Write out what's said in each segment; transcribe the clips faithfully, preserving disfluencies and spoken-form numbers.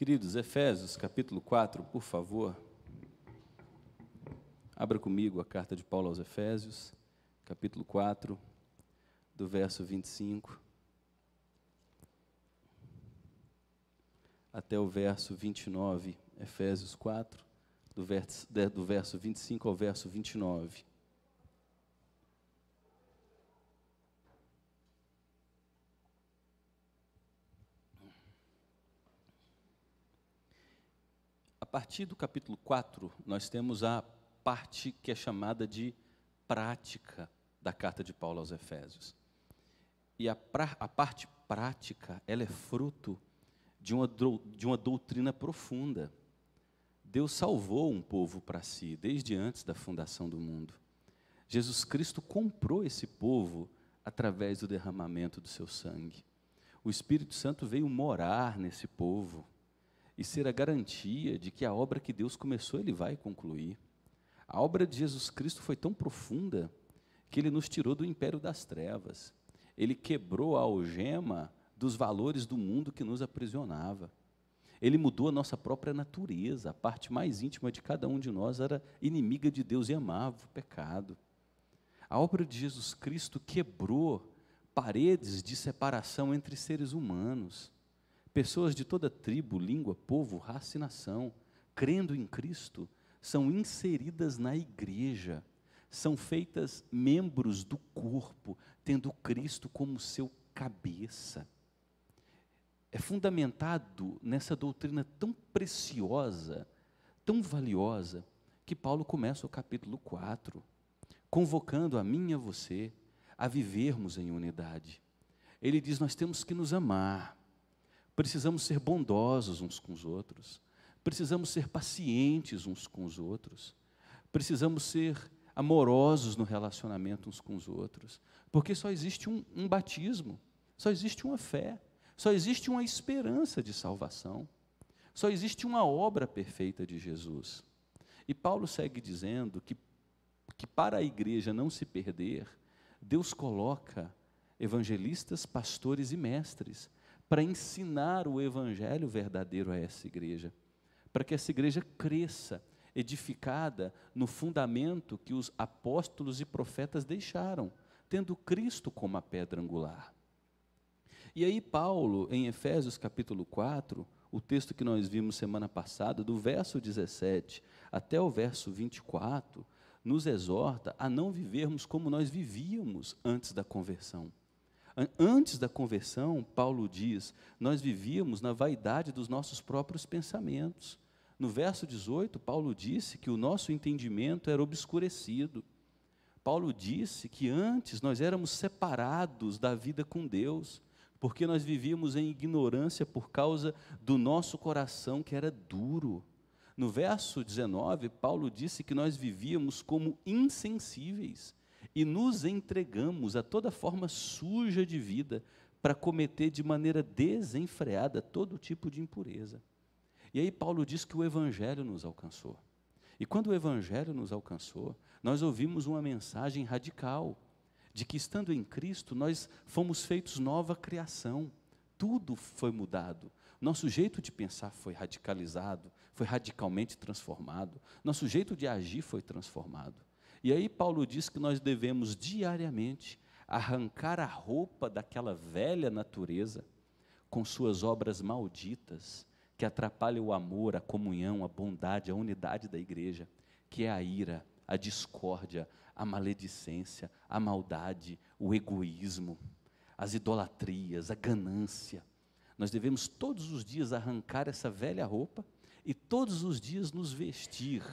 Queridos, Efésios capítulo quatro, por favor. Abra comigo a carta de Paulo aos Efésios, capítulo quatro, do verso vinte e cinco até o verso vinte e nove. Efésios quatro, do verso, do verso vinte e cinco ao verso vinte e nove. A partir do capítulo quatro, nós temos a parte que é chamada de prática da carta de Paulo aos Efésios. E a, pra, a parte prática, ela é fruto de uma, de uma doutrina profunda. Deus salvou um povo para si, desde antes da fundação do mundo. Jesus Cristo comprou esse povo através do derramamento do seu sangue. O Espírito Santo veio morar nesse povo e ser a garantia de que a obra que Deus começou, Ele vai concluir. A obra de Jesus Cristo foi tão profunda que Ele nos tirou do império das trevas. Ele quebrou a algema dos valores do mundo que nos aprisionava. Ele mudou a nossa própria natureza. A parte mais íntima de cada um de nós era inimiga de Deus e amava o pecado. A obra de Jesus Cristo quebrou paredes de separação entre seres humanos. Pessoas de toda tribo, língua, povo, raça e nação, crendo em Cristo, são inseridas na igreja, são feitas membros do corpo, tendo Cristo como seu cabeça. É fundamentado nessa doutrina tão preciosa, tão valiosa, que Paulo começa o capítulo quatro, convocando a mim e a você a vivermos em unidade. Ele diz: nós temos que nos amar, precisamos ser bondosos uns com os outros, precisamos ser pacientes uns com os outros, precisamos ser amorosos no relacionamento uns com os outros, porque só existe um, um batismo, só existe uma fé, só existe uma esperança de salvação, só existe uma obra perfeita de Jesus. E Paulo segue dizendo que, que para a igreja não se perder, Deus coloca evangelistas, pastores e mestres para ensinar o evangelho verdadeiro a essa igreja, para que essa igreja cresça, edificada no fundamento que os apóstolos e profetas deixaram, tendo Cristo como a pedra angular. E aí Paulo, em Efésios capítulo quatro, o texto que nós vimos semana passada, do verso dezessete até o verso vinte e quatro, nos exorta a não vivermos como nós vivíamos antes da conversão. Antes da conversão, Paulo diz, nós vivíamos na vaidade dos nossos próprios pensamentos. No verso dezoito, Paulo disse que o nosso entendimento era obscurecido. Paulo disse que antes nós éramos separados da vida com Deus, porque nós vivíamos em ignorância por causa do nosso coração que era duro. No verso dezenove, Paulo disse que nós vivíamos como insensíveis e nos entregamos a toda forma suja de vida para cometer de maneira desenfreada todo tipo de impureza. E aí Paulo diz que o Evangelho nos alcançou. E quando o Evangelho nos alcançou, nós ouvimos uma mensagem radical, de que estando em Cristo, nós fomos feitos nova criação, tudo foi mudado, nosso jeito de pensar foi radicalizado, foi radicalmente transformado, nosso jeito de agir foi transformado. E aí Paulo diz que nós devemos diariamente arrancar a roupa daquela velha natureza, com suas obras malditas, que atrapalham o amor, a comunhão, a bondade, a unidade da igreja, que é a ira, a discórdia, a maledicência, a maldade, o egoísmo, as idolatrias, a ganância. Nós devemos todos os dias arrancar essa velha roupa e todos os dias nos vestir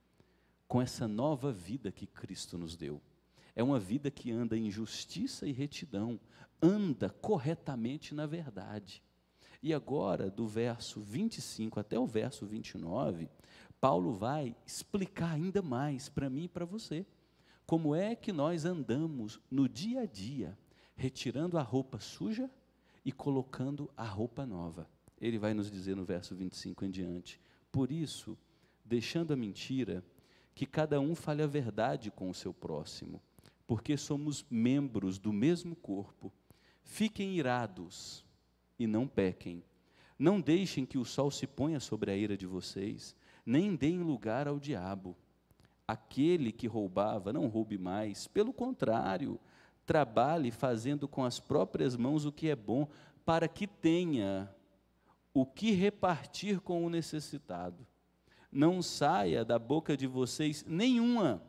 com essa nova vida que Cristo nos deu. É uma vida que anda em justiça e retidão, anda corretamente na verdade. E agora, do verso vinte e cinco até o verso vinte e nove, Paulo vai explicar ainda mais para mim e para você, como é que nós andamos no dia a dia, retirando a roupa suja e colocando a roupa nova. Ele vai nos dizer no verso vinte e cinco em diante: por isso, deixando a mentira, que cada um fale a verdade com o seu próximo, porque somos membros do mesmo corpo. Fiquem irados e não pequem. Não deixem que o sol se ponha sobre a ira de vocês, nem deem lugar ao diabo. Aquele que roubava, não roube mais, pelo contrário, trabalhe fazendo com as próprias mãos o que é bom, para que tenha o que repartir com o necessitado. Não saia da boca de vocês nenhuma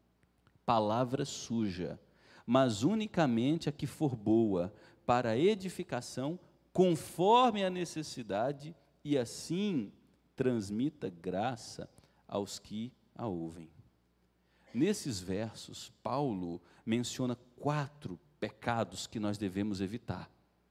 palavra suja, mas unicamente a que for boa, para a edificação, conforme a necessidade, e assim transmita graça aos que a ouvem. Nesses versos, Paulo menciona quatro pecados que nós devemos evitar.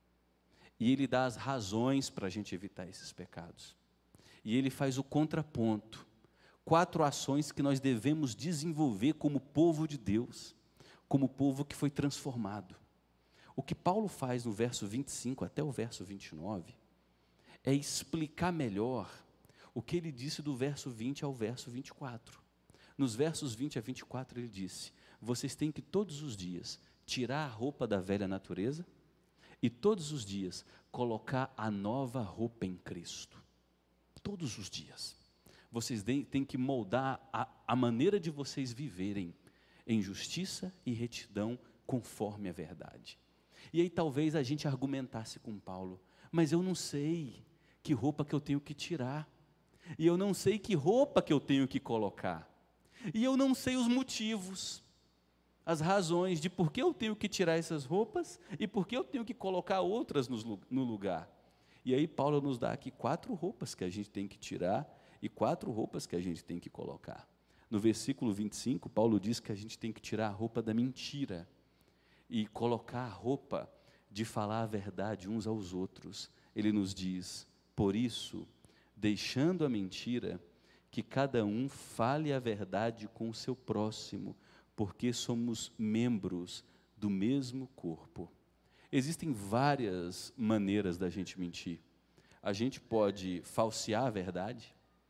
E ele dá as razões para a gente evitar esses pecados. E ele faz o contraponto. Quatro ações que nós devemos desenvolver como povo de Deus, como povo que foi transformado. O que Paulo faz no verso vinte e cinco até o verso vinte e nove é explicar melhor o que ele disse do verso vinte ao verso vinte e quatro. Nos versos vinte a vinte e quatro ele disse: vocês têm que todos os dias tirar a roupa da velha natureza e todos os dias colocar a nova roupa em Cristo. Todos os dias. Vocês têm que moldar a, a maneira de vocês viverem em justiça e retidão conforme a verdade. E aí talvez a gente argumentasse com Paulo: mas eu não sei que roupa que eu tenho que tirar, e eu não sei que roupa que eu tenho que colocar, e eu não sei os motivos, as razões de por que eu tenho que tirar essas roupas e por que eu tenho que colocar outras no lugar. E aí Paulo nos dá aqui quatro roupas que a gente tem que tirar e quatro roupas que a gente tem que colocar. No versículo vinte e cinco, Paulo diz que a gente tem que tirar a roupa da mentira e colocar a roupa de falar a verdade uns aos outros. Ele nos diz: por isso, deixando a mentira, que cada um fale a verdade com o seu próximo, porque somos membros do mesmo corpo. Existem várias maneiras da gente mentir. A gente pode falsear a verdade,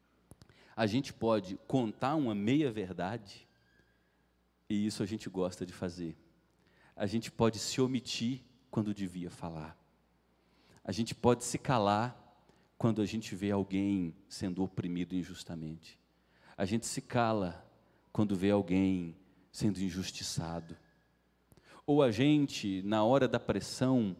a gente pode contar uma meia-verdade, e isso a gente gosta de fazer. A gente pode se omitir quando devia falar. A gente pode se calar quando a gente vê alguém sendo oprimido injustamente. A gente se cala quando vê alguém sendo injustiçado. Ou a gente, na hora da pressão,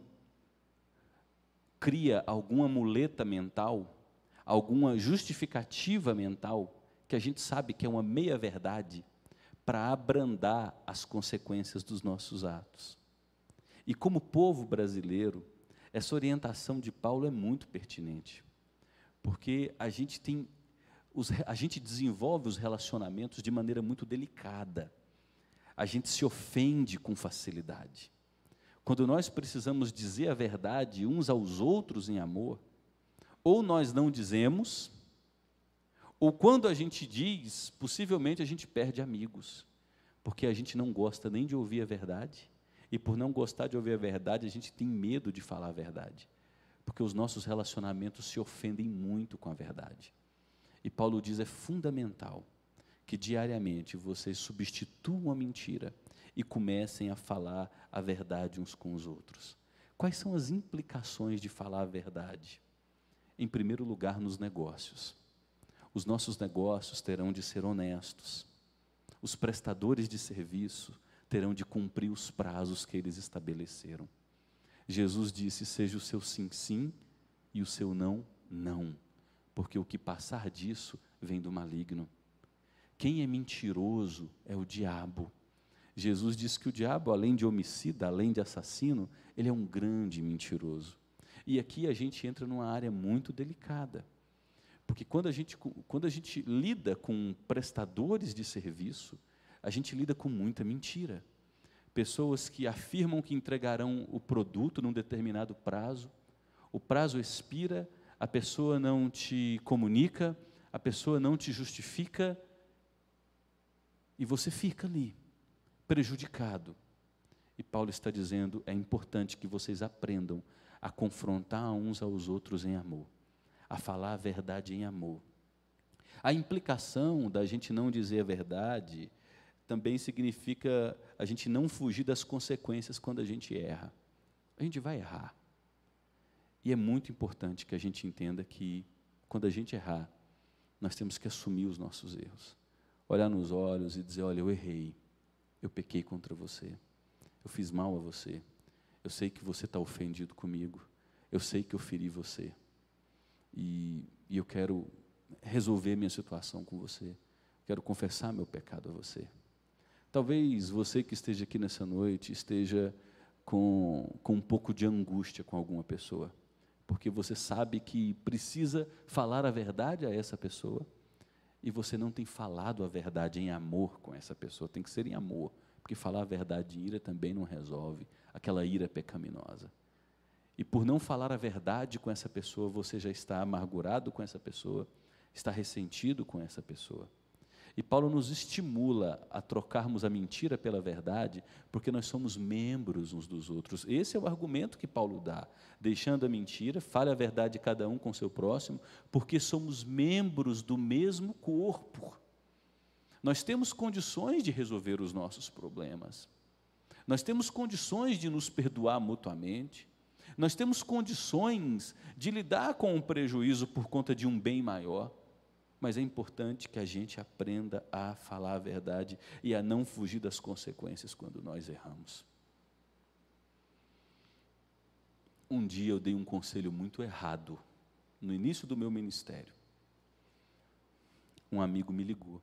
cria alguma muleta mental, alguma justificativa mental, que a gente sabe que é uma meia-verdade, para abrandar as consequências dos nossos atos. E como povo brasileiro, essa orientação de Paulo é muito pertinente, porque a gente tem, os, a gente desenvolve os relacionamentos de maneira muito delicada. A gente se ofende com facilidade. Quando nós precisamos dizer a verdade uns aos outros em amor, ou nós não dizemos, ou quando a gente diz, possivelmente a gente perde amigos, porque a gente não gosta nem de ouvir a verdade, e por não gostar de ouvir a verdade, a gente tem medo de falar a verdade, porque os nossos relacionamentos se ofendem muito com a verdade. E Paulo diz: é fundamental que diariamente vocês substituam a mentira e comecem a falar a verdade uns com os outros. Quais são as implicações de falar a verdade? Em primeiro lugar, nos negócios. Os nossos negócios terão de ser honestos. Os prestadores de serviço terão de cumprir os prazos que eles estabeleceram. Jesus disse: seja o seu sim, sim, e o seu não, não, porque o que passar disso vem do maligno. Quem é mentiroso é o diabo. Jesus disse que o diabo, além de homicida, além de assassino, ele é um grande mentiroso. E aqui a gente entra numa área muito delicada, porque quando a gente, quando a gente lida com prestadores de serviço, a gente lida com muita mentira. Pessoas que afirmam que entregarão o produto num determinado prazo, o prazo expira, a pessoa não te comunica, a pessoa não te justifica, e você fica ali, prejudicado. E Paulo está dizendo: é importante que vocês aprendam a confrontar uns aos outros em amor, a falar a verdade em amor. A implicação da gente não dizer a verdade também significa a gente não fugir das consequências quando a gente erra. A gente vai errar. E é muito importante que a gente entenda que, quando a gente errar, nós temos que assumir os nossos erros. Olhar nos olhos e dizer, olha, eu errei, eu pequei contra você, eu fiz mal a você, eu sei que você está ofendido comigo, eu sei que eu feri você, e, e eu quero resolver minha situação com você, quero confessar meu pecado a você. Talvez você que esteja aqui nessa noite esteja com, com um pouco de angústia com alguma pessoa, porque você sabe que precisa falar a verdade a essa pessoa, e você não tem falado a verdade em amor com essa pessoa. Tem que ser em amor, porque falar a verdade em ira também não resolve aquela ira pecaminosa. E por não falar a verdade com essa pessoa, você já está amargurado com essa pessoa, está ressentido com essa pessoa. E Paulo nos estimula a trocarmos a mentira pela verdade, porque nós somos membros uns dos outros. Esse é o argumento que Paulo dá. Deixando a mentira, fale a verdade cada um com seu próximo, porque somos membros do mesmo corpo. Nós temos condições de resolver os nossos problemas. Nós temos condições de nos perdoar mutuamente. Nós temos condições de lidar com um prejuízo por conta de um bem maior. Mas é importante que a gente aprenda a falar a verdade e a não fugir das consequências quando nós erramos. Um dia eu dei um conselho muito errado, no início do meu ministério. Um amigo me ligou.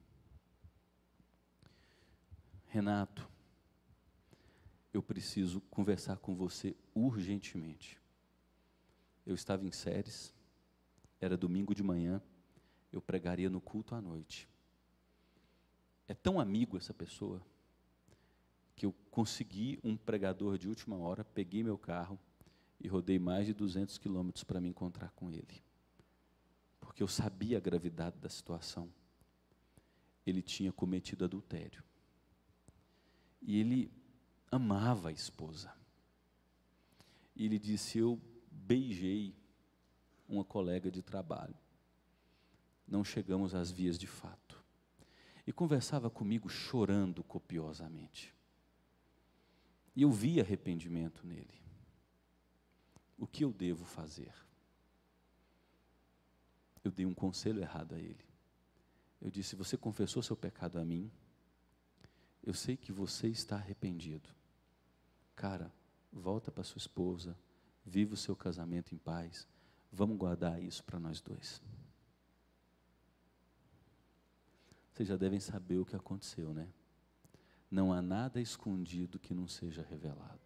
Renato, eu preciso conversar com você urgentemente. Eu estava em Séries, era domingo de manhã, eu pregaria no culto à noite. É tão amigo essa pessoa, que eu consegui um pregador de última hora, peguei meu carro e rodei mais de duzentos quilômetros para me encontrar com ele. Porque eu sabia a gravidade da situação. Ele tinha cometido adultério. E ele amava a esposa. E ele disse, eu beijei uma colega de trabalho. Não chegamos às vias de fato. E conversava comigo chorando copiosamente. E eu vi arrependimento nele. O que eu devo fazer? Eu dei um conselho errado a ele. Eu disse, você confessou seu pecado a mim? Eu sei que você está arrependido. Cara, volta para sua esposa, viva o seu casamento em paz. Vamos guardar isso para nós dois. Vocês já devem saber o que aconteceu, né? Não há nada escondido que não seja revelado.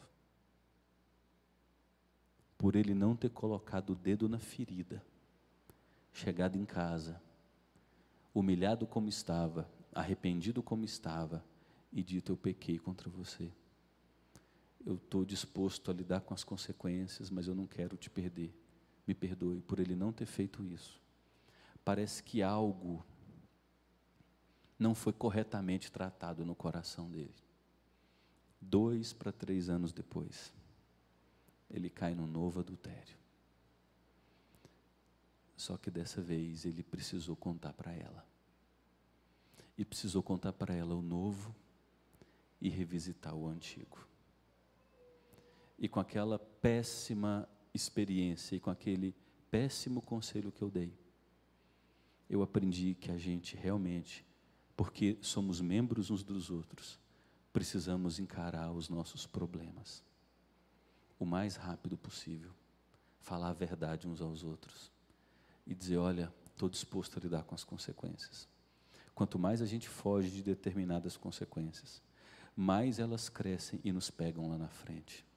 Por ele não ter colocado o dedo na ferida, chegado em casa, humilhado como estava, arrependido como estava, e dito, eu pequei contra você. Eu estou disposto a lidar com as consequências, mas eu não quero te perder. Me perdoe por ele não ter feito isso. Parece que algo não foi corretamente tratado no coração dele. Dois para três anos depois, ele cai num novo adultério. Só que dessa vez ele precisou contar para ela. E precisou contar para ela o novo e revisitar o antigo. E com aquela péssima experiência e com aquele péssimo conselho que eu dei, eu aprendi que a gente realmente, porque somos membros uns dos outros, precisamos encarar os nossos problemas o mais rápido possível, falar a verdade uns aos outros e dizer, olha, estou disposto a lidar com as consequências. Quanto mais a gente foge de determinadas consequências, mais elas crescem e nos pegam lá na frente.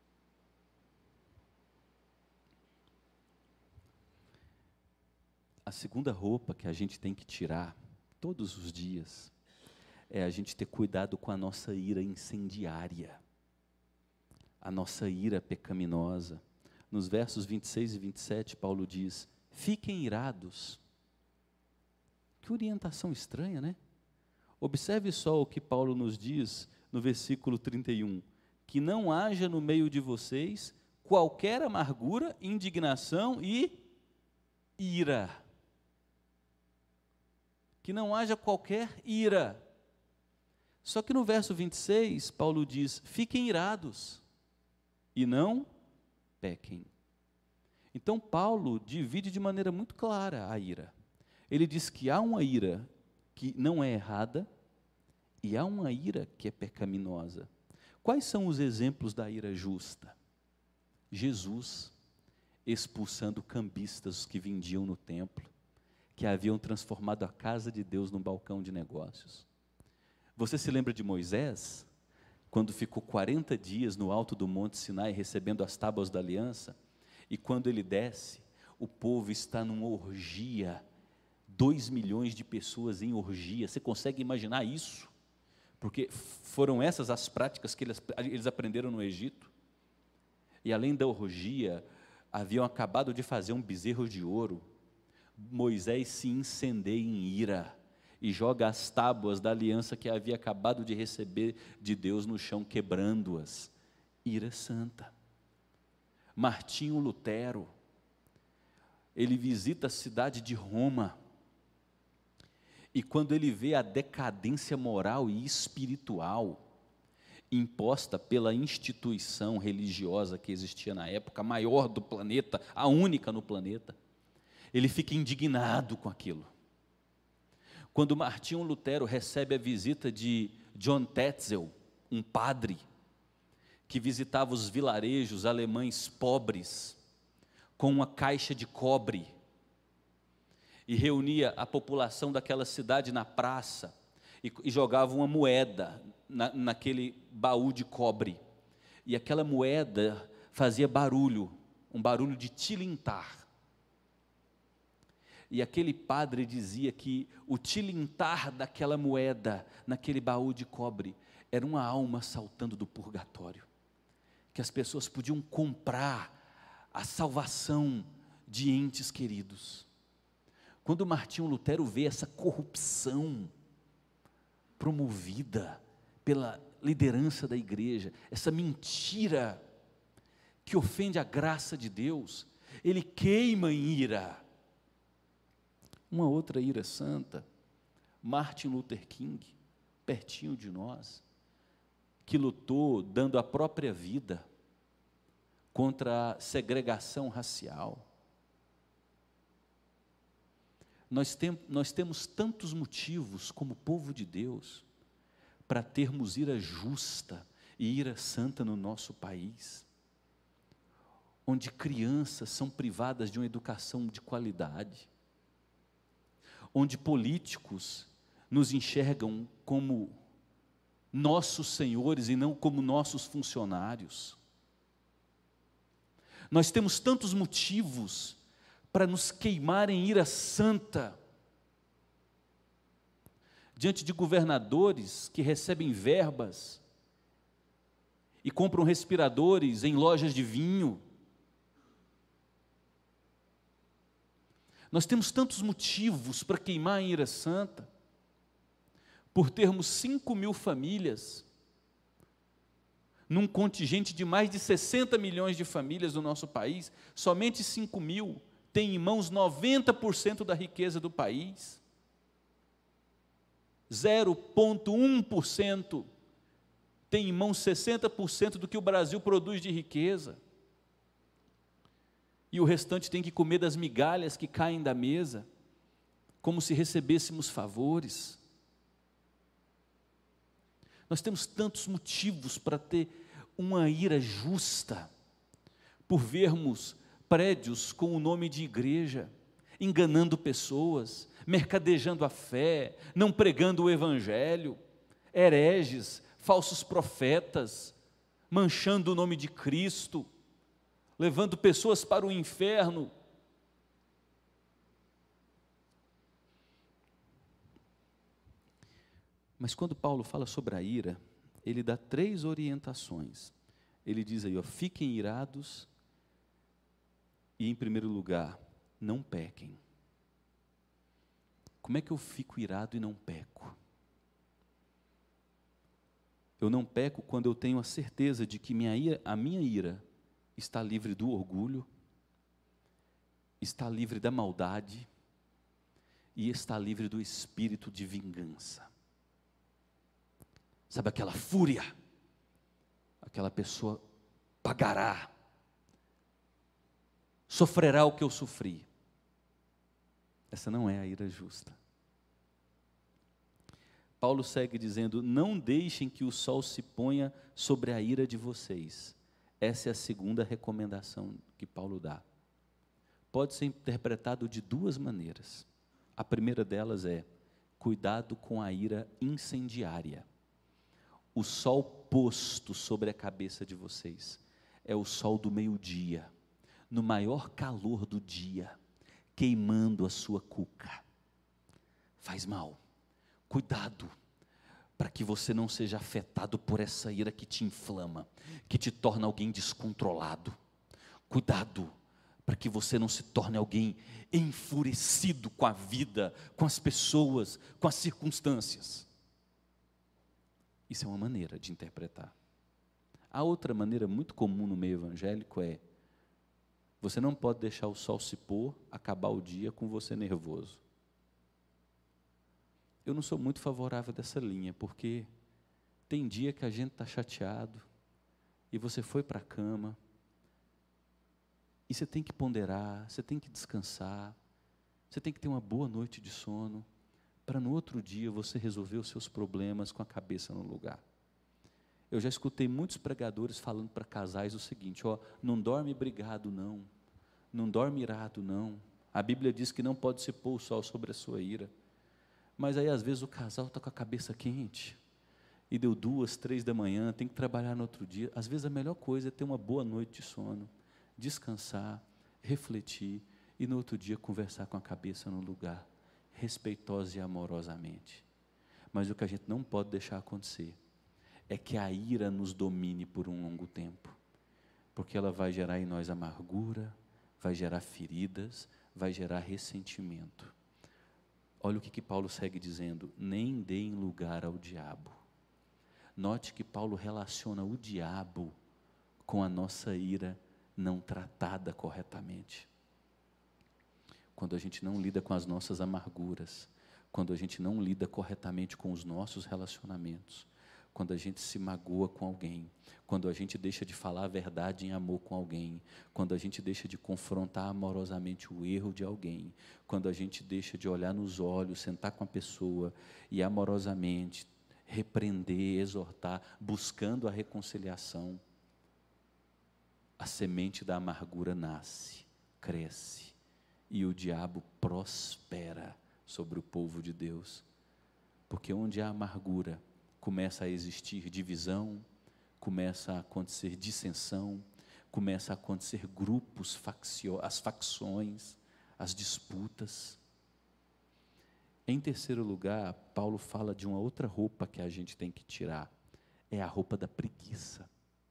A segunda roupa que a gente tem que tirar todos os dias é a gente ter cuidado com a nossa ira incendiária, a nossa ira pecaminosa. Nos versos vinte e seis e vinte e sete, Paulo diz, fiquem irados. Que orientação estranha, né? Observe só o que Paulo nos diz no versículo trinta e um, que não haja no meio de vocês qualquer amargura, indignação e ira. Que não haja qualquer ira. Só que no verso vinte e seis, Paulo diz, fiquem irados e não pequem. Então Paulo divide de maneira muito clara a ira. Ele diz que há uma ira que não é errada e há uma ira que é pecaminosa. Quais são os exemplos da ira justa? Jesus expulsando cambistas que vendiam no templo, que haviam transformado a casa de Deus num balcão de negócios. Você se lembra de Moisés, quando ficou quarenta dias no alto do Monte Sinai recebendo as tábuas da aliança, e quando ele desce, o povo está numa orgia, dois milhões de pessoas em orgia. Você consegue imaginar isso? Porque foram essas as práticas que eles, eles aprenderam no Egito. E além da orgia, haviam acabado de fazer um bezerro de ouro. Moisés se incendeia em ira e joga as tábuas da aliança que havia acabado de receber de Deus no chão, quebrando-as. Ira santa. Martinho Lutero, ele visita a cidade de Roma, e quando ele vê a decadência moral e espiritual imposta pela instituição religiosa que existia na época, a maior do planeta, a única no planeta, ele fica indignado com aquilo. Quando Martinho Lutero recebe a visita de John Tetzel, um padre, que visitava os vilarejos alemães pobres, com uma caixa de cobre, e reunia a população daquela cidade na praça, e, e jogava uma moeda na, naquele baú de cobre, e aquela moeda fazia barulho, um barulho de tilintar. E aquele padre dizia que o tilintar daquela moeda, naquele baú de cobre, era uma alma saltando do purgatório, que as pessoas podiam comprar a salvação de entes queridos. Quando Martinho Lutero vê essa corrupção promovida pela liderança da igreja, essa mentira que ofende a graça de Deus, ele queima em ira. Uma outra ira santa, Martin Luther King, pertinho de nós, que lutou dando a própria vida contra a segregação racial. Nós, tem, nós temos tantos motivos como povo de Deus para termos ira justa e ira santa no nosso país, onde crianças são privadas de uma educação de qualidade, onde políticos nos enxergam como nossos senhores e não como nossos funcionários. Nós temos tantos motivos para nos queimar em ira santa, diante de governadores que recebem verbas e compram respiradores em lojas de vinho. Nós temos tantos motivos para queimar em ira santa, por termos cinco mil famílias, num contingente de mais de sessenta milhões de famílias no nosso país, somente cinco mil têm em mãos noventa por cento da riqueza do país, zero vírgula um por cento tem em mãos sessenta por cento do que o Brasil produz de riqueza, e o restante tem que comer das migalhas que caem da mesa, como se recebêssemos favores. Nós temos tantos motivos para ter uma ira justa, por vermos prédios com o nome de igreja, enganando pessoas, mercadejando a fé, não pregando o evangelho, hereges, falsos profetas, manchando o nome de Cristo, levando pessoas para o inferno. Mas quando Paulo fala sobre a ira, ele dá três orientações. Ele diz aí, ó, fiquem irados e, em primeiro lugar, não pequem. Como é que eu fico irado e não peco? Eu não peco quando eu tenho a certeza de que minha ira, a minha ira está livre do orgulho, está livre da maldade e está livre do espírito de vingança. Sabe aquela fúria? Aquela pessoa pagará. sofrerá o que eu sofri. Essa não é a ira justa. Paulo segue dizendo: não deixem que o sol se ponha sobre a ira de vocês. Essa é a segunda recomendação que Paulo dá. Pode ser interpretado de duas maneiras. A primeira delas é: cuidado com a ira incendiária. O sol posto sobre a cabeça de vocês é o sol do meio-dia, no maior calor do dia, queimando a sua cuca. Faz mal. Cuidado, para que você não seja afetado por essa ira que te inflama, que te torna alguém descontrolado. Cuidado, para que você não se torne alguém enfurecido com a vida, com as pessoas, com as circunstâncias. Isso é uma maneira de interpretar. A outra maneira muito comum no meio evangélico é: você não pode deixar o sol se pôr, acabar o dia com você nervoso. Eu não sou muito favorável dessa linha, porque tem dia que a gente está chateado, e você foi para a cama, e você tem que ponderar, você tem que descansar, você tem que ter uma boa noite de sono, para no outro dia você resolver os seus problemas com a cabeça no lugar. Eu já escutei muitos pregadores falando para casais o seguinte: ó, não dorme brigado não, não dorme irado não, a Bíblia diz que não pode se pôr o sol sobre a sua ira. Mas aí às vezes o casal está com a cabeça quente, e deu duas, três da manhã, tem que trabalhar no outro dia. Às vezes a melhor coisa é ter uma boa noite de sono, descansar, refletir, e no outro dia conversar com a cabeça no lugar, respeitosa e amorosamente. Mas o que a gente não pode deixar acontecer é que a ira nos domine por um longo tempo, porque ela vai gerar em nós amargura, vai gerar feridas, vai gerar ressentimento. Olha o que, que Paulo segue dizendo: nem deem lugar ao diabo. Note que Paulo relaciona o diabo com a nossa ira não tratada corretamente. Quando a gente não lida com as nossas amarguras, quando a gente não lida corretamente com os nossos relacionamentos, quando a gente se magoa com alguém, quando a gente deixa de falar a verdade em amor com alguém, quando a gente deixa de confrontar amorosamente o erro de alguém, quando a gente deixa de olhar nos olhos, sentar com a pessoa e amorosamente repreender, exortar, buscando a reconciliação, a semente da amargura nasce, cresce, e o diabo prospera sobre o povo de Deus, porque onde há amargura, começa a existir divisão, começa a acontecer dissensão, começa a acontecer grupos, faccio, as facções, as disputas. Em terceiro lugar, Paulo fala de uma outra roupa que a gente tem que tirar, é a roupa da preguiça,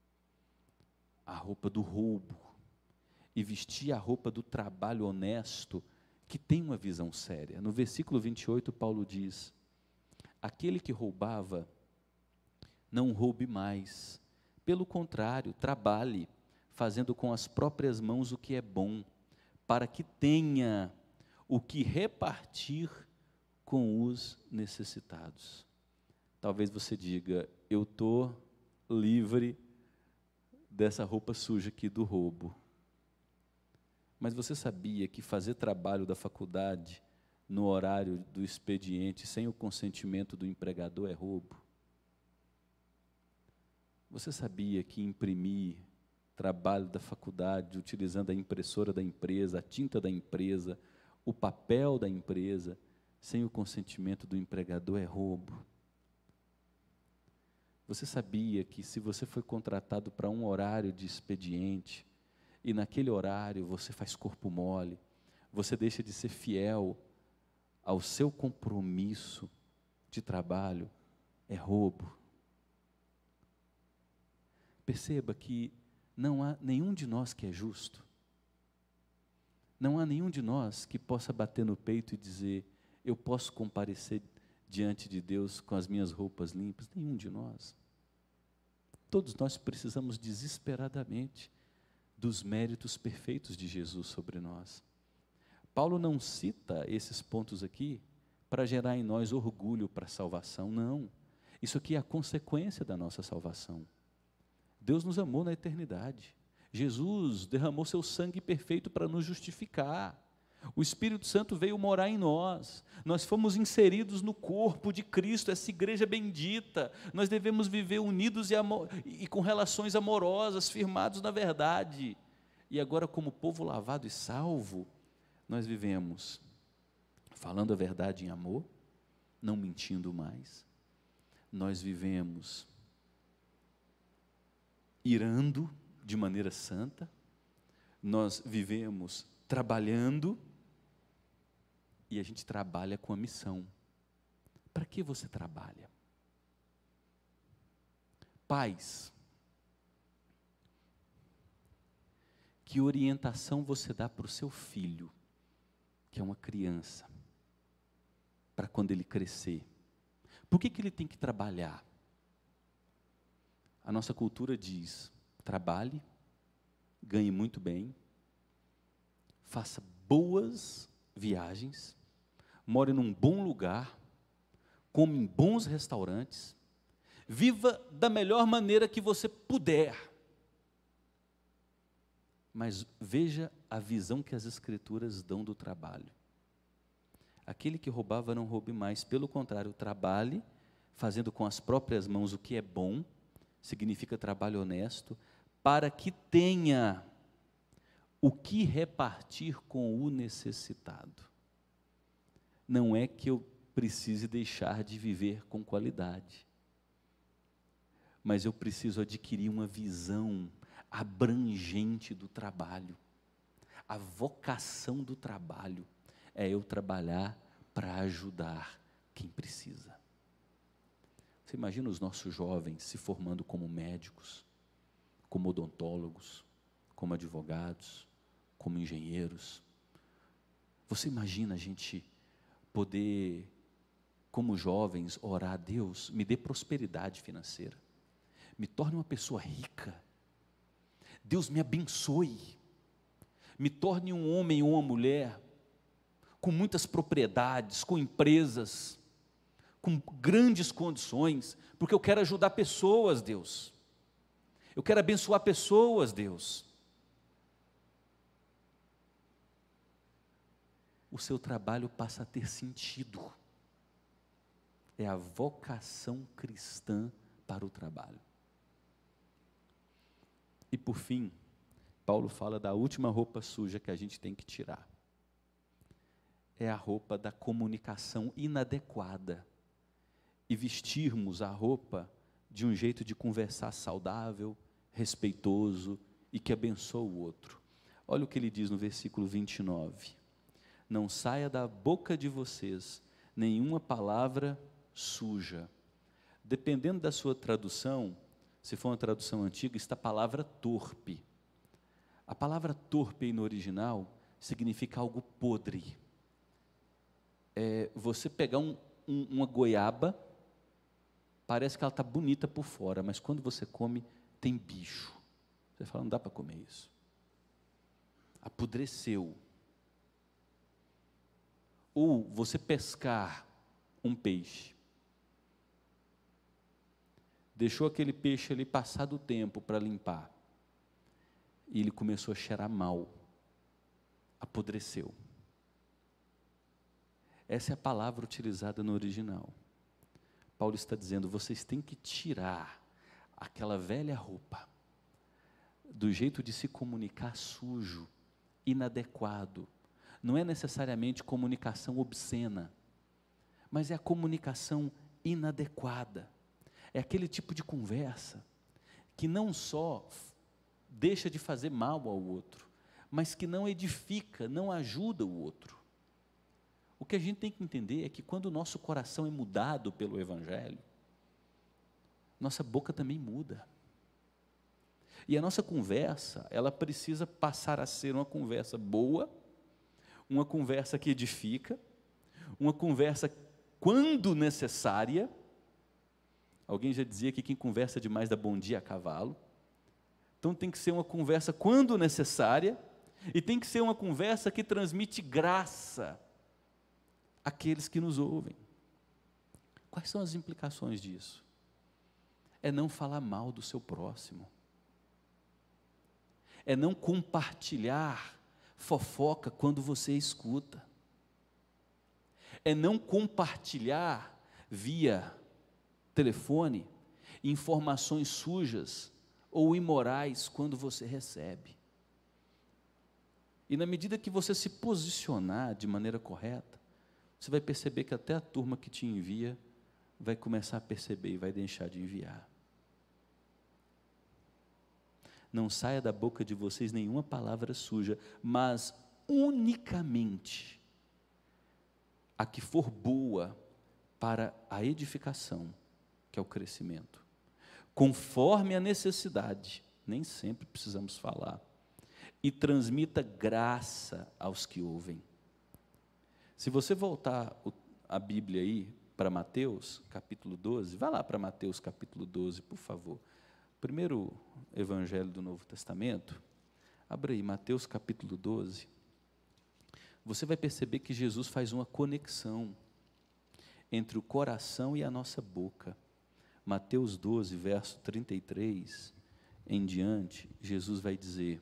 a roupa do roubo, e vestir a roupa do trabalho honesto, que tem uma visão séria. No versículo vinte e oito, Paulo diz: aquele que roubava, não roube mais, pelo contrário, trabalhe, fazendo com as próprias mãos o que é bom, para que tenha o que repartir com os necessitados. Talvez você diga: eu estou livre dessa roupa suja aqui do roubo. Mas você sabia que fazer trabalho da faculdade no horário do expediente, sem o consentimento do empregador, é roubo? Você sabia que imprimir trabalho da faculdade, utilizando a impressora da empresa, a tinta da empresa, o papel da empresa, sem o consentimento do empregador, é roubo? Você sabia que se você foi contratado para um horário de expediente, e naquele horário você faz corpo mole, você deixa de ser fiel ao seu compromisso de trabalho, é roubo? Perceba que não há nenhum de nós que é justo, não há nenhum de nós que possa bater no peito e dizer: eu posso comparecer diante de Deus com as minhas roupas limpas. Nenhum de nós. Todos nós precisamos desesperadamente dos méritos perfeitos de Jesus sobre nós. Paulo não cita esses pontos aqui para gerar em nós orgulho para a salvação, não. Isso aqui é a consequência da nossa salvação. Deus nos amou na eternidade. Jesus derramou seu sangue perfeito para nos justificar. O Espírito Santo veio morar em nós. Nós fomos inseridos no corpo de Cristo, essa igreja bendita. Nós devemos viver unidos e, amor, e com relações amorosas, firmados na verdade. E agora, como povo lavado e salvo, nós vivemos falando a verdade em amor, não mentindo mais. Nós vivemos irando de maneira santa. Nós vivemos trabalhando. E a gente trabalha com a missão. Para que você trabalha? Pais, que orientação você dá para o seu filho, que é uma criança, para quando ele crescer? Por que que ele tem que trabalhar? A nossa cultura diz: trabalhe, ganhe muito bem, faça boas viagens, more num bom lugar, come em bons restaurantes, viva da melhor maneira que você puder. Mas veja a visão que as Escrituras dão do trabalho. Aquele que roubava não roube mais, pelo contrário, trabalhe, fazendo com as próprias mãos o que é bom, significa trabalho honesto, para que tenha o que repartir com o necessitado. Não é que eu precise deixar de viver com qualidade, mas eu preciso adquirir uma visão abrangente do trabalho. A vocação do trabalho é eu trabalhar para ajudar quem precisa. Você imagina os nossos jovens se formando como médicos, como odontólogos, como advogados, como engenheiros. Você imagina a gente poder, como jovens, orar a Deus: me dê prosperidade financeira, me torne uma pessoa rica, Deus me abençoe, me torne um homem ou uma mulher com muitas propriedades, com empresas, com grandes condições, porque eu quero ajudar pessoas, Deus, eu quero abençoar pessoas, Deus. O seu trabalho passa a ter sentido. É a vocação cristã para o trabalho. E por fim, Paulo fala da última roupa suja que a gente tem que tirar. É a roupa da comunicação inadequada. E vestirmos a roupa de um jeito de conversar saudável, respeitoso e que abençoa o outro. Olha o que ele diz no versículo vinte e nove. Não saia da boca de vocês nenhuma palavra suja. Dependendo da sua tradução, se for uma tradução antiga, está a palavra torpe. A palavra torpe no original significa algo podre. É você pegar um, um, uma goiaba, parece que ela está bonita por fora, mas quando você come, tem bicho. Você fala: não dá para comer isso. Apodreceu. Ou você pescar um peixe, deixou aquele peixe ali passar do tempo para limpar, e ele começou a cheirar mal, apodreceu. Essa é a palavra utilizada no original. Paulo está dizendo: vocês têm que tirar aquela velha roupa, do jeito de se comunicar sujo, inadequado. Não é necessariamente comunicação obscena, mas é a comunicação inadequada. É aquele tipo de conversa que não só deixa de fazer mal ao outro, mas que não edifica, não ajuda o outro. O que a gente tem que entender é que quando o nosso coração é mudado pelo Evangelho, nossa boca também muda. E a nossa conversa, ela precisa passar a ser uma conversa boa, uma conversa que edifica, uma conversa quando necessária. Alguém já dizia que quem conversa demais dá bom dia a cavalo. Então tem que ser uma conversa quando necessária, e tem que ser uma conversa que transmite graça àqueles que nos ouvem. Quais são as implicações disso? É não falar mal do seu próximo. é não compartilhar fofoca quando você escuta, é não compartilhar via telefone informações sujas ou imorais quando você recebe. E na medida que você se posicionar de maneira correta, você vai perceber que até a turma que te envia vai começar a perceber e vai deixar de enviar. Não saia da boca de vocês nenhuma palavra suja, mas unicamente a que for boa para a edificação, que é o crescimento, conforme a necessidade, nem sempre precisamos falar, e transmita graça aos que ouvem. Se você voltar a Bíblia aí para Mateus, capítulo doze, vá lá para Mateus, capítulo doze, por favor. Primeiro evangelho do Novo Testamento, abra aí, Mateus, capítulo doze. Você vai perceber que Jesus faz uma conexão entre o coração e a nossa boca. Mateus doze, verso trinta e três, em diante, Jesus vai dizer: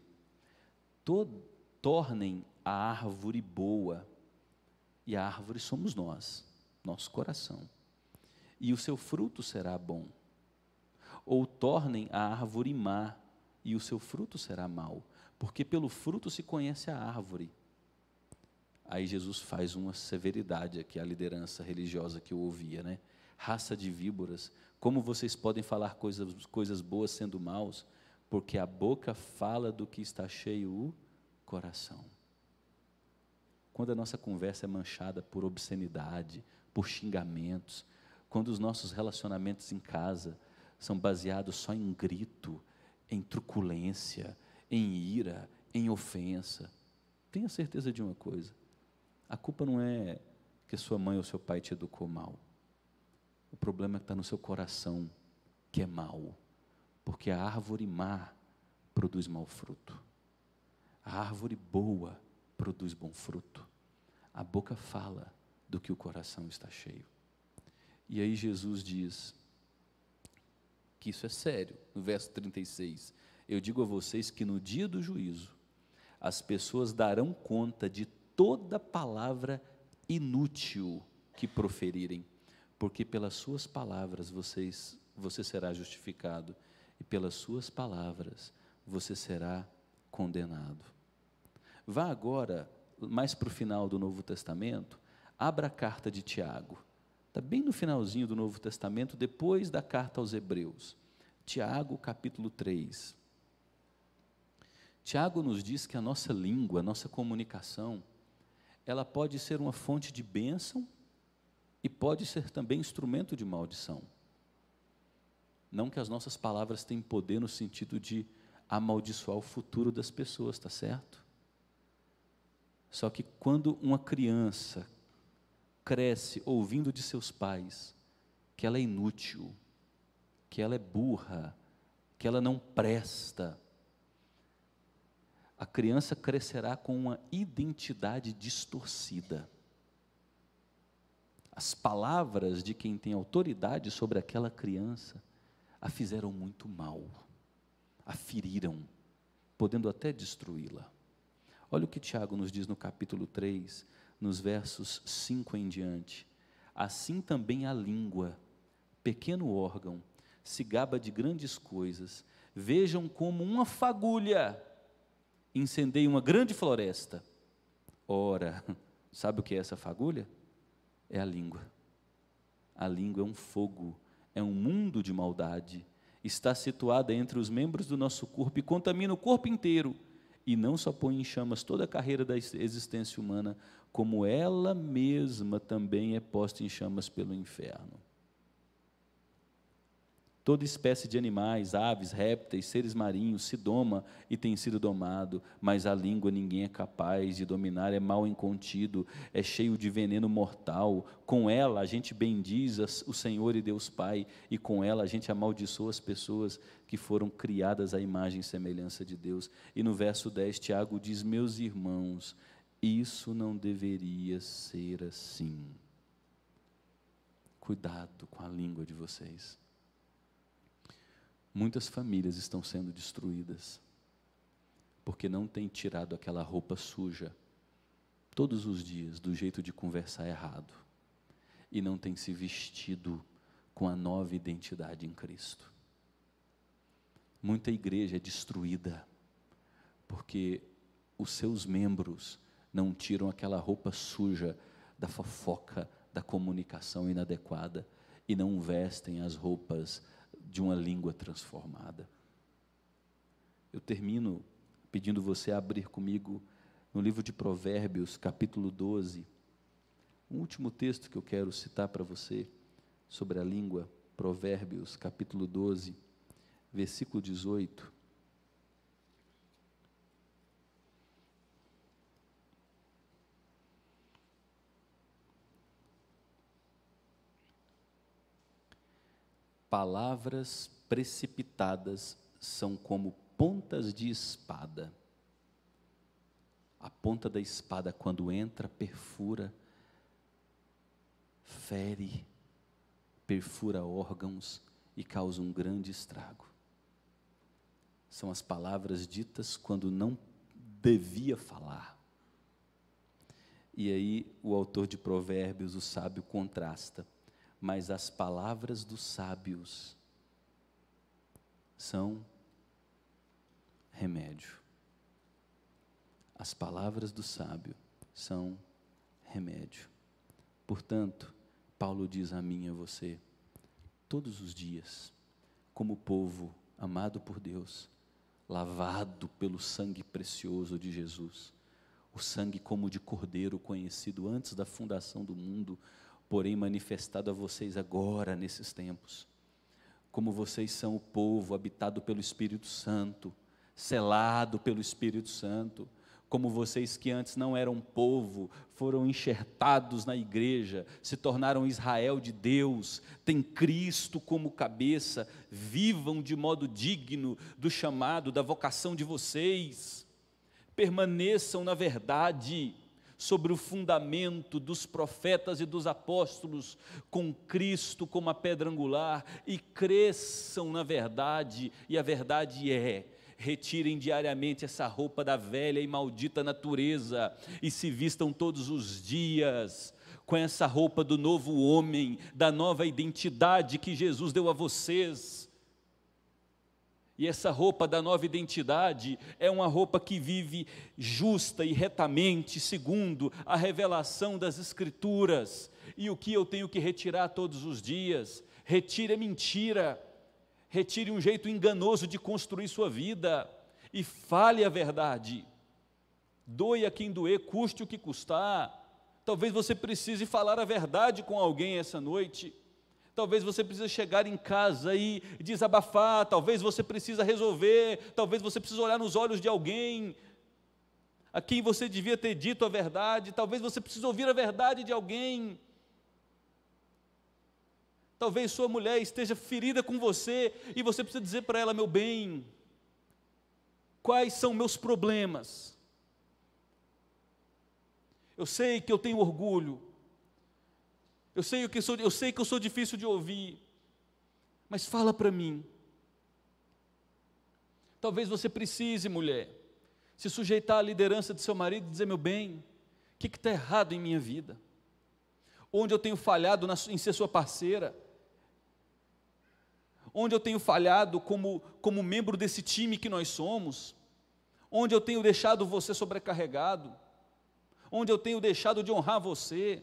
tornem a árvore boa, e a árvore somos nós, nosso coração, e o seu fruto será bom. Ou tornem a árvore má, e o seu fruto será mau, porque pelo fruto se conhece a árvore. Aí Jesus faz uma severidade aqui à liderança religiosa que eu ouvia, né? Raça de víboras, como vocês podem falar coisas, coisas boas sendo maus? Porque a boca fala do que está cheio o coração. Quando a nossa conversa é manchada por obscenidade, por xingamentos, quando os nossos relacionamentos em casa são baseados só em grito, em truculência, em ira, em ofensa, tenha certeza de uma coisa: a culpa não é que sua mãe ou seu pai te educou mal. O problema é que está no seu coração, que é mau, porque a árvore má produz mau fruto, a árvore boa produz bom fruto. A boca fala do que o coração está cheio. E aí Jesus diz que isso é sério, no verso trinta e seis, eu digo a vocês que no dia do juízo, as pessoas darão conta de toda palavra inútil que proferirem, porque pelas suas palavras vocês, você será justificado, e pelas suas palavras você será condenado. Vá agora, mais para o final do Novo Testamento, abra a carta de Tiago. Está bem no finalzinho do Novo Testamento, depois da carta aos Hebreus. Tiago, capítulo três. Tiago nos diz que a nossa língua, a nossa comunicação, ela pode ser uma fonte de bênção e pode ser também instrumento de maldição. Não que as nossas palavras têm poder no sentido de amaldiçoar o futuro das pessoas, está certo? Só que quando uma criança cresce ouvindo de seus pais que ela é inútil, que ela é burra, que ela não presta, a criança crescerá com uma identidade distorcida. As palavras de quem tem autoridade sobre aquela criança a fizeram muito mal, a feriram, podendo até destruí-la. Olha o que Tiago nos diz no capítulo três, nos versos cinco em diante. Assim também a língua, pequeno órgão, se gaba de grandes coisas. Vejam como uma fagulha incendeia uma grande floresta. Ora, sabe o que é essa fagulha? É a língua. A língua é um fogo, é um mundo de maldade. Está situada entre os membros do nosso corpo e contamina o corpo inteiro. E não só põe em chamas toda a carreira da existência humana, como ela mesma também é posta em chamas pelo inferno. Toda espécie de animais, aves, répteis, seres marinhos se doma e tem sido domado, mas a língua ninguém é capaz de dominar, é mal incontido, é cheio de veneno mortal. Com ela a gente bendiz o Senhor e Deus Pai, e com ela a gente amaldiçoa as pessoas que foram criadas à imagem e semelhança de Deus. E no verso dez, Tiago diz: meus irmãos, isso não deveria ser assim. Cuidado com a língua de vocês. Muitas famílias estão sendo destruídas porque não tem tirado aquela roupa suja todos os dias do jeito de conversar errado e não tem se vestido com a nova identidade em Cristo. Muita igreja é destruída porque os seus membros não tiram aquela roupa suja da fofoca, da comunicação inadequada e não vestem as roupas de uma língua transformada. Eu termino pedindo você a abrir comigo no livro de Provérbios, capítulo doze. O último texto que eu quero citar para você sobre a língua, Provérbios, capítulo doze, versículo dezoito. Palavras precipitadas são como pontas de espada. A ponta da espada, quando entra, perfura, fere, perfura órgãos e causa um grande estrago. São as palavras ditas quando não devia falar. E aí o autor de Provérbios, o sábio, contrasta. Mas as palavras dos sábios são remédio. As palavras do sábio são remédio. Portanto, Paulo diz a mim e a você, todos os dias, como povo amado por Deus, lavado pelo sangue precioso de Jesus, o sangue como de cordeiro conhecido antes da fundação do mundo, porém manifestado a vocês agora nesses tempos, como vocês são o povo habitado pelo Espírito Santo, selado pelo Espírito Santo, como vocês que antes não eram povo, foram enxertados na igreja, se tornaram Israel de Deus, têm Cristo como cabeça, vivam de modo digno do chamado, da vocação de vocês, permaneçam na verdade, sobre o fundamento dos profetas e dos apóstolos, com Cristo como a pedra angular, e cresçam na verdade, e a verdade é, retirem diariamente essa roupa da velha e maldita natureza, e se vistam todos os dias, com essa roupa do novo homem, da nova identidade que Jesus deu a vocês. E essa roupa da nova identidade é uma roupa que vive justa e retamente, segundo a revelação das Escrituras. E o que eu tenho que retirar todos os dias? Retire a mentira, retire um jeito enganoso de construir sua vida e fale a verdade. Doe a quem doer, custe o que custar. Talvez você precise falar a verdade com alguém essa noite. Talvez você precise chegar em casa e desabafar, talvez você precisa resolver, talvez você precise olhar nos olhos de alguém a quem você devia ter dito a verdade, talvez você precise ouvir a verdade de alguém. Talvez sua mulher esteja ferida com você e você precisa dizer para ela, meu bem, quais são meus problemas? Eu sei que eu tenho orgulho, Eu sei, que sou, eu sei que eu sou difícil de ouvir, mas fala para mim. Talvez você precise, mulher, se sujeitar à liderança de seu marido e dizer, meu bem, o que está errado em minha vida? Onde eu tenho falhado na, em ser sua parceira? Onde eu tenho falhado como, como membro desse time que nós somos? Onde eu tenho deixado você sobrecarregado? Onde eu tenho deixado de honrar você?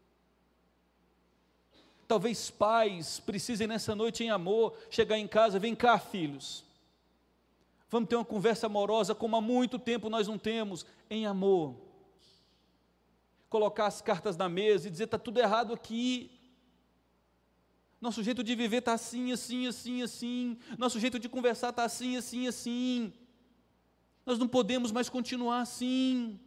Talvez pais precisem nessa noite em amor, chegar em casa, vem cá filhos, vamos ter uma conversa amorosa como há muito tempo nós não temos, em amor, colocar as cartas na mesa e dizer, está tudo errado aqui, nosso jeito de viver está assim, assim, assim, assim, nosso jeito de conversar está assim, assim, assim, nós não podemos mais continuar assim.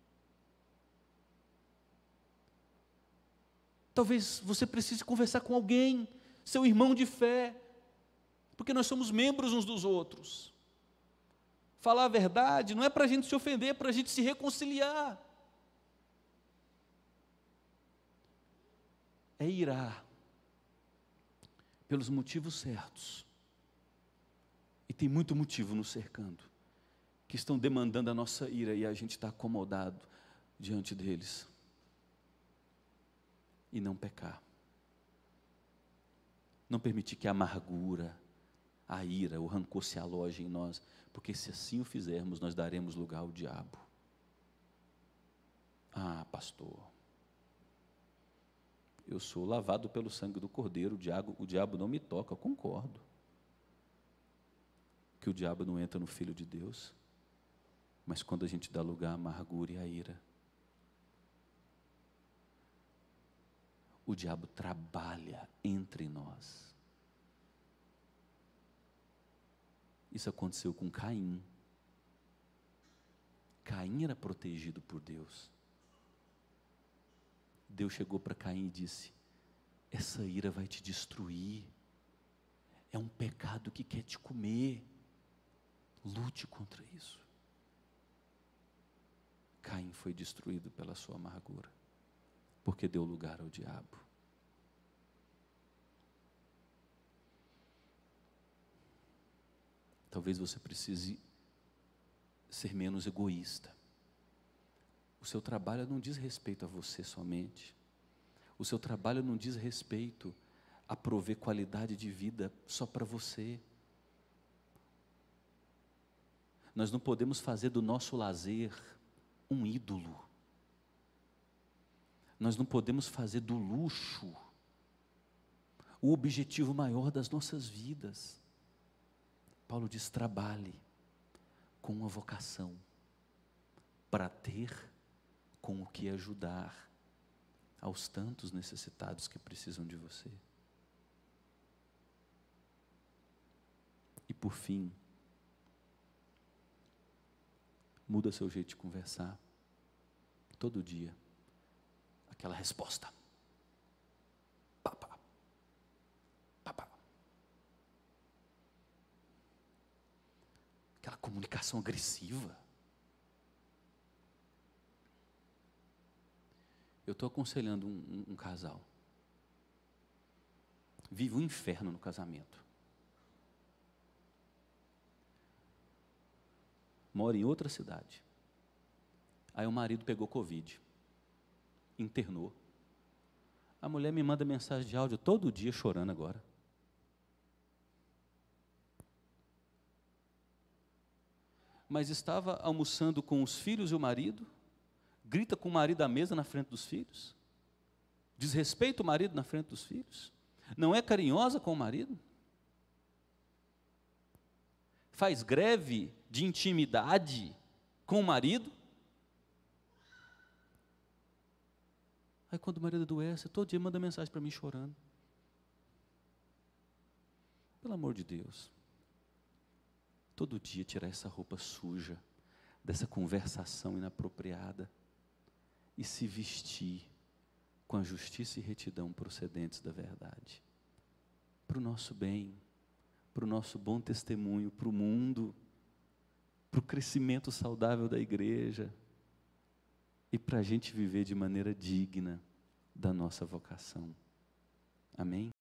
Talvez você precise conversar com alguém, seu irmão de fé, porque nós somos membros uns dos outros. Falar a verdade não é para a gente se ofender, é para a gente se reconciliar. É irar pelos motivos certos, e tem muito motivo nos cercando, que estão demandando a nossa ira e a gente está acomodado diante deles. E não pecar. Não permitir que a amargura, a ira, o rancor se aloje em nós, porque se assim o fizermos, nós daremos lugar ao diabo. Ah, pastor, eu sou lavado pelo sangue do Cordeiro, o diabo, o diabo não me toca. Eu concordo que o diabo não entra no Filho de Deus, mas quando a gente dá lugar à amargura e à ira, o diabo trabalha entre nós. Isso aconteceu com Caim. Caim era protegido por Deus. Deus chegou para Caim e disse: essa ira vai te destruir, é um pecado que quer te comer, lute contra isso. Caim foi destruído pela sua amargura, porque deu lugar ao diabo. Talvez você precise ser menos egoísta. O seu trabalho não diz respeito a você somente. O seu trabalho não diz respeito a prover qualidade de vida só para você. Nós não podemos fazer do nosso lazer um ídolo. Nós não podemos fazer do luxo o objetivo maior das nossas vidas. Paulo diz: trabalhe com uma vocação para ter com o que ajudar aos tantos necessitados que precisam de você. E por fim, muda seu jeito de conversar. Todo dia, aquela resposta. Papá. Papá. Aquela comunicação agressiva. Eu estou aconselhando um, um, um casal. Vive um inferno no casamento. Mora em outra cidade. Aí o marido pegou Covid. Internou. A mulher me manda mensagem de áudio todo dia chorando agora. Mas estava almoçando com os filhos e o marido, grita com o marido à mesa na frente dos filhos, desrespeita o marido na frente dos filhos, não é carinhosa com o marido, faz greve de intimidade com o marido. Aí quando o marido adoece, todo dia manda mensagem para mim chorando. Pelo amor de Deus, todo dia tirar essa roupa suja, dessa conversação inapropriada, e se vestir com a justiça e retidão procedentes da verdade, para o nosso bem, para o nosso bom testemunho, para o mundo, para o crescimento saudável da igreja, e para a gente viver de maneira digna da nossa vocação. Amém?